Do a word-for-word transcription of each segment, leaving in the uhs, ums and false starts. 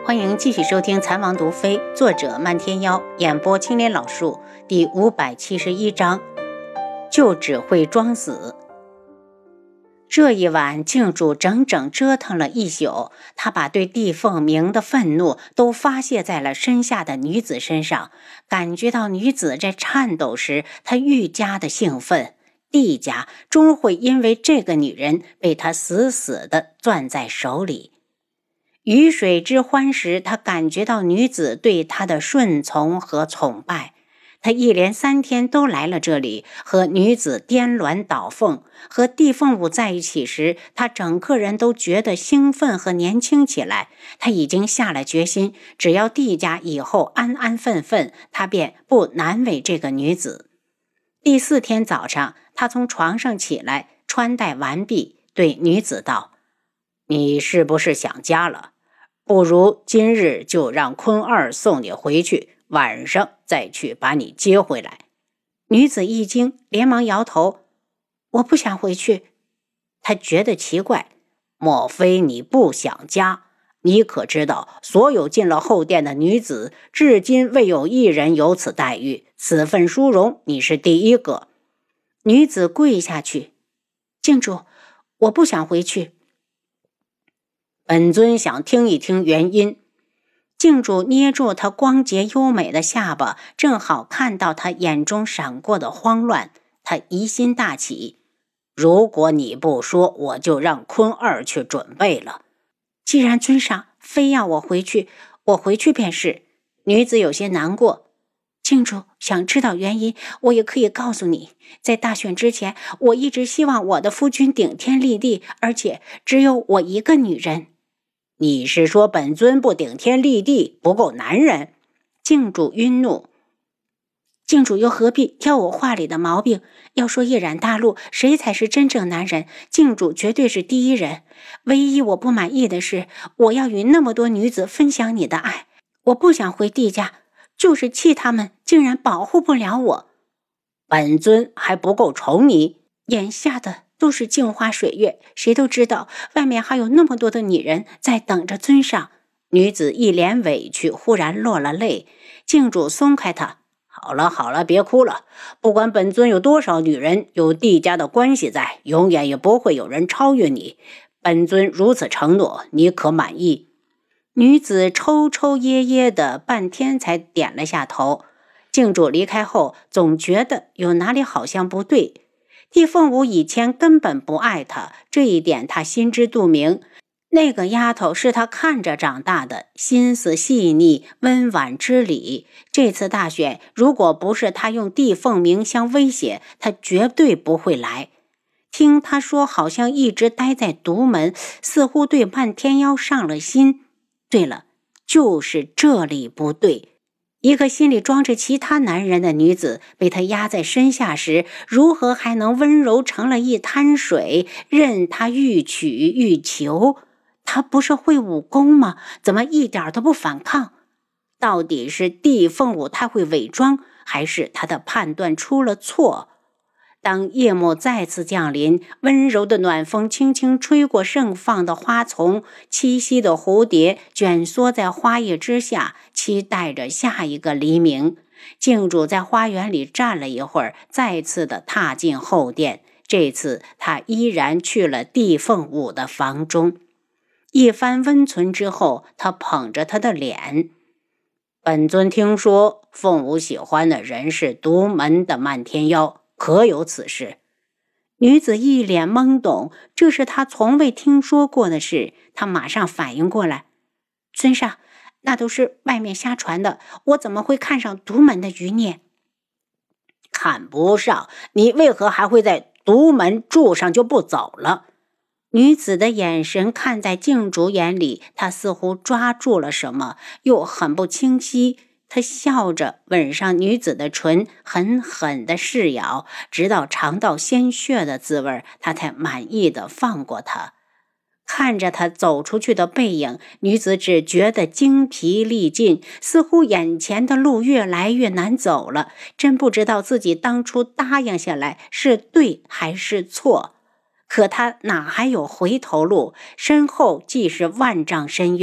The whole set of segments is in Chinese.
欢迎继续收听《残王毒妃》，作者漫天妖，演播青莲老树，第五百七十一章，就只会装死。这一晚，静主整整折腾了一宿，他把对帝凤鸣的愤怒都发泄在了身下的女子身上，感觉到女子在颤抖时，他愈加的兴奋。帝家终会因为这个女人被他死死地攥在手里。鱼水之欢时，他感觉到女子对他的顺从和崇拜。他一连三天都来了这里，和女子颠鸾倒凤。和帝凤舞在一起时，他整个人都觉得兴奋和年轻起来。他已经下了决心，只要帝家以后安安分分，他便不难为这个女子。第四天早上，他从床上起来，穿戴完毕，对女子道：“你是不是想家了？不如今日就让坤二送你回去，晚上再去把你接回来。”女子一惊，连忙摇头：“我不想回去。”她觉得奇怪，莫非你不想家？你可知道，所有进了后殿的女子，至今未有一人有此待遇，此份殊荣你是第一个。女子跪下去：“静主，我不想回去。”本尊想听一听原因。静主捏住他光洁优美的下巴，正好看到他眼中闪过的慌乱，他疑心大起：“如果你不说，我就让坤二去准备了。”既然尊上非要我回去，我回去便是。女子有些难过：“静主想知道原因，我也可以告诉你。在大选之前，我一直希望我的夫君顶天立地，而且只有我一个女人。”你是说本尊不顶天立地，不够男人？静主晕怒：“静主又何必挑我话里的毛病？要说一染大陆，谁才是真正男人？静主绝对是第一人。唯一我不满意的是，我要与那么多女子分享你的爱。我不想回帝家，就是气他们竟然保护不了我。本尊还不够宠你？眼下的都是镜花水月，谁都知道外面还有那么多的女人在等着尊上。”女子一脸委屈，忽然落了泪。静主松开她：“好了好了，别哭了。不管本尊有多少女人，有帝家的关系在，永远也不会有人超越你。本尊如此承诺，你可满意？”女子抽抽噎噎的，半天才点了下头。静主离开后，总觉得有哪里好像不对。帝凤舞以前根本不爱她，这一点她心知肚明。那个丫头是她看着长大的，心思细腻，温婉之理。这次大选，如果不是她用帝凤鸣相威胁，她绝对不会来。听她说好像一直待在独门，似乎对漫天妖上了心。对了，就是这里不对。一个心里装着其他男人的女子，被他压在身下时，如何还能温柔成了一滩水，任他欲取欲求？他不是会武功吗？怎么一点都不反抗？到底是帝凤舞太会伪装，还是他的判断出了错？当夜幕再次降临，温柔的暖风轻轻吹过盛放的花丛，栖息的蝴蝶卷缩在花叶之下，期待着下一个黎明。静主在花园里站了一会儿，再次的踏进后殿。这次他依然去了帝凤舞的房中。一番温存之后，他捧着他的脸：“本尊听说凤舞喜欢的人是独门的漫天妖，可有此事？”女子一脸懵懂，这是她从未听说过的事。她马上反应过来：“尊上，那都是外面瞎传的，我怎么会看上独门的余孽？”“看不上？你为何还会在独门住上就不走了？”女子的眼神看在静主眼里，她似乎抓住了什么，又很不清晰。他笑着吻上女子的唇，狠狠地噬咬，直到尝到鲜血的滋味，他才满意地放过她。看着他走出去的背影，女子只觉得精疲力尽，似乎眼前的路越来越难走了，真不知道自己当初答应下来是对还是错。可他哪还有回头路？身后既是万丈深渊，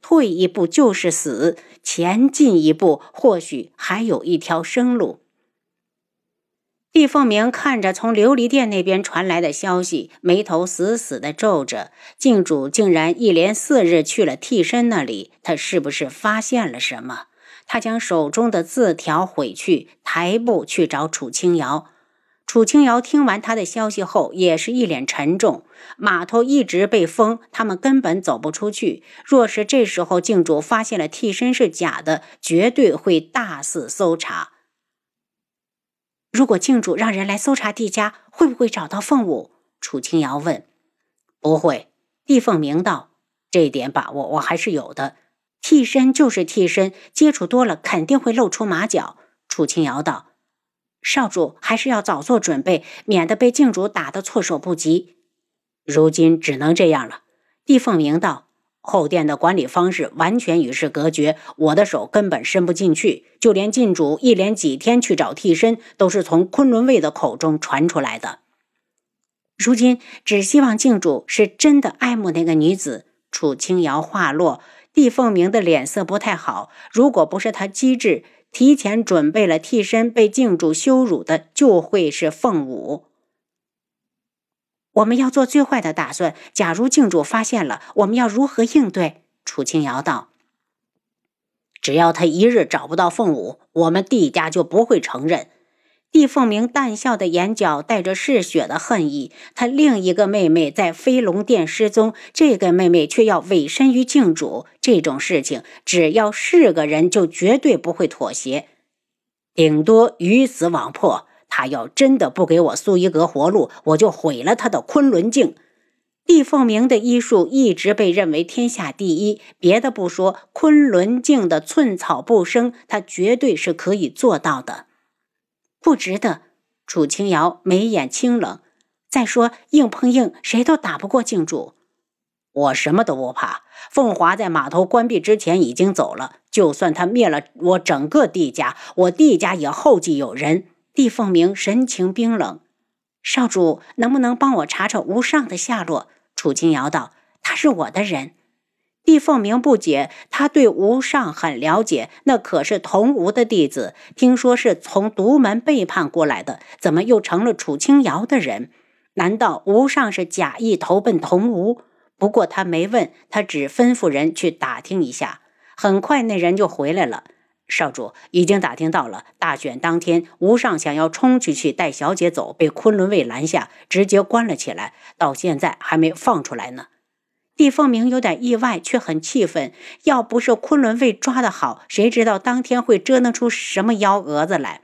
退一步就是死，前进一步或许还有一条生路。帝凤鸣看着从琉璃殿那边传来的消息，眉头死死地皱着。靖主竟然一连四日去了替身那里，他是不是发现了什么？他将手中的字条毁去，抬步去找楚清瑶。楚清瑶听完他的消息后，也是一脸沉重。码头一直被封，他们根本走不出去。若是这时候靖主发现了替身是假的，绝对会大肆搜查。如果靖主让人来搜查帝家，会不会找到凤舞？楚清瑶问。不会，帝凤鸣道，这一点把握我还是有的。替身就是替身，接触多了肯定会露出马脚。楚清瑶道，少主还是要早做准备，免得被靖主打得措手不及。如今只能这样了。帝凤鸣道，后殿的管理方式完全与世隔绝，我的手根本伸不进去，就连禁主一连几天去找替身，都是从昆仑卫的口中传出来的。如今只希望靖主是真的爱慕那个女子。楚清瑶话落，帝凤鸣的脸色不太好，如果不是他机智，提前准备了替身被靖主羞辱的，就会是凤舞。我们要做最坏的打算，假如靖主发现了，我们要如何应对？楚清瑶道，只要他一日找不到凤舞，我们帝家就不会承认。帝凤鸣淡笑的眼角带着嗜血的恨意，他另一个妹妹在飞龙殿失踪，这个妹妹却要委身于靖主，这种事情只要是个人就绝对不会妥协，顶多鱼死网破。他要真的不给我苏一阁活路，我就毁了他的昆仑镜。帝凤鸣的医术一直被认为天下第一，别的不说，昆仑镜的寸草不生，他绝对是可以做到的。不值得。楚清瑶眉眼清冷，再说硬碰硬谁都打不过靖主。我什么都不怕，凤华在码头关闭之前已经走了，就算他灭了我整个帝家，我帝家也后继有人。帝凤鸣神情冰冷，少主能不能帮我查查无上的下落？楚清瑶道，他是我的人。帝凤鸣不解，他对无上很了解，那可是桐吴的弟子，听说是从独门背叛过来的，怎么又成了楚清瑶的人？难道无上是假意投奔桐吴？不过他没问，他只吩咐人去打听一下。很快那人就回来了，少主已经打听到了，大选当天无上想要冲出去带小姐走，被昆仑卫拦下，直接关了起来，到现在还没放出来呢。帝凤鸣有点意外，却很气愤，要不是昆仑卫抓得好，谁知道当天会折腾出什么幺蛾子来。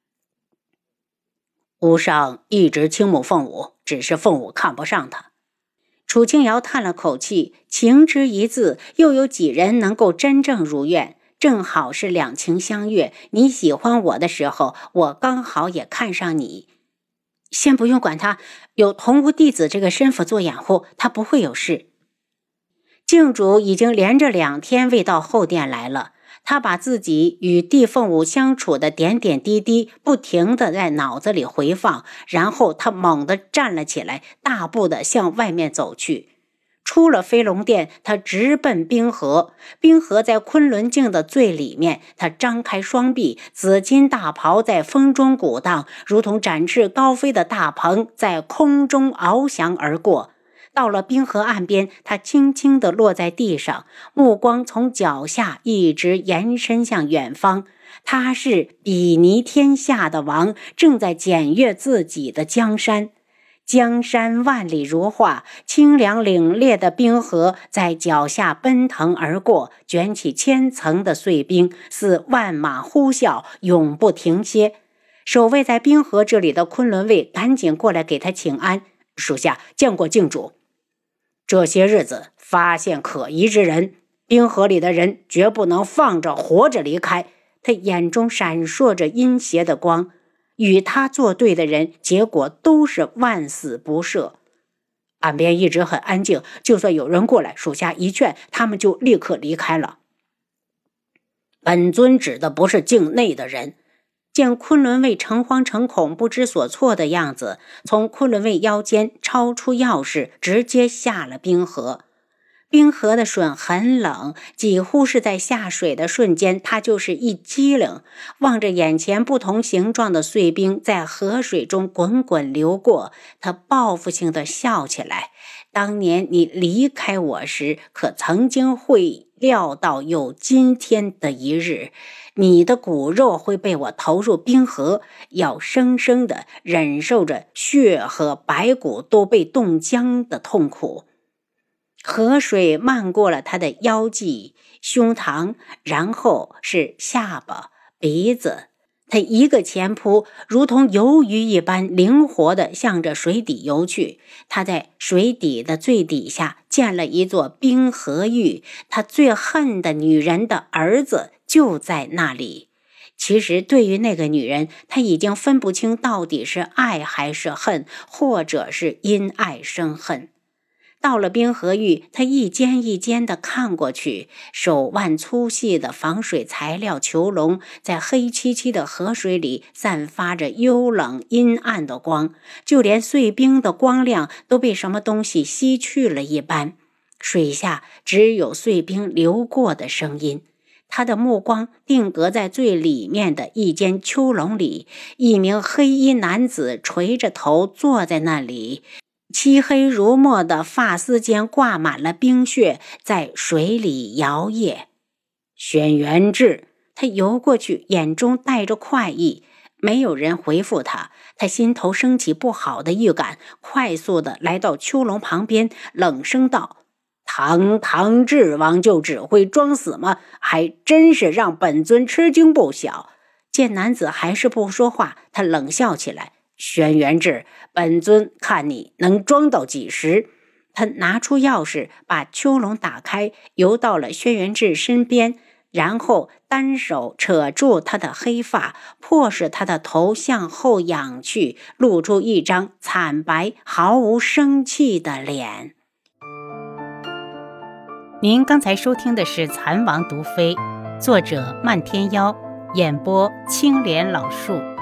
无上一直倾慕凤舞，只是凤舞看不上他。楚清瑶叹了口气，情之一字，又有几人能够真正如愿？正好是两情相悦，你喜欢我的时候，我刚好也看上你。先不用管他，有桐吴弟子这个身份做掩护，他不会有事。靖主已经连着两天未到后殿来了，他把自己与帝凤舞相处的点点滴滴不停地在脑子里回放，然后他猛地站了起来，大步地向外面走去。出了飞龙殿，他直奔冰河。冰河在昆仑镜的最里面，他张开双臂，紫金大袍在风中鼓荡，如同展翅高飞的大鹏在空中翱翔而过。到了冰河岸边，他轻轻地落在地上，目光从脚下一直延伸向远方。他是比拟天下的王，正在检阅自己的江山。江山万里如画，清凉凛冽的冰河在脚下奔腾而过，卷起千层的碎冰，似万马呼啸，永不停歇。守卫在冰河这里的昆仑卫赶紧过来给他请安，属下见过靖主。这些日子发现可疑之人，冰河里的人绝不能放着活着离开。他眼中闪烁着阴邪的光，与他作对的人，结果都是万死不赦。岸边一直很安静，就算有人过来，属下一劝，他们就立刻离开了。本尊指的不是境内的人。见昆仑卫诚惶诚恐不知所措的样子，从昆仑卫腰间抄出钥匙，直接下了冰河。 冰河的水很冷，几乎是在下水的瞬间，他就是一激灵，望着眼前不同形状的碎冰在河水中滚滚流过，他报复性地笑起来。当年你离开我时，可曾经会料到有今天的一日，你的骨肉会被我投入冰河，要生生地忍受着血和白骨都被冻僵的痛苦。河水漫过了他的腰际、胸膛，然后是下巴、鼻子。他一个前扑，如同游鱼一般灵活地向着水底游去。他在水底的最底下建了一座冰河域，他最恨的女人的儿子就在那里。其实对于那个女人，他已经分不清到底是爱还是恨，或者是因爱生恨。到了冰河域，他一间一间地看过去，手腕粗细的防水材料囚笼在黑漆漆的河水里散发着幽冷阴暗的光，就连碎冰的光亮都被什么东西吸去了一般，水下只有碎冰流过的声音。他的目光定格在最里面的一间丘笼里，一名黑衣男子垂着头坐在那里，漆黑如墨的发丝间挂满了冰屑，在水里摇曳。轩辕志，他游过去，眼中带着快意。没有人回复他，他心头升起不好的预感，快速地来到丘笼旁边，冷声道：堂堂智王就只会装死吗？还真是让本尊吃惊不小。见男子还是不说话，他冷笑起来：轩辕志，本尊看你能装到几时。他拿出钥匙，把丘笼打开，游到了轩辕志身边，然后单手扯住他的黑发，迫使他的头向后仰去，露出一张惨白毫无生气的脸。 您刚才收听的是《蚕王毒妃》，作者漫天妖，演播青莲老树。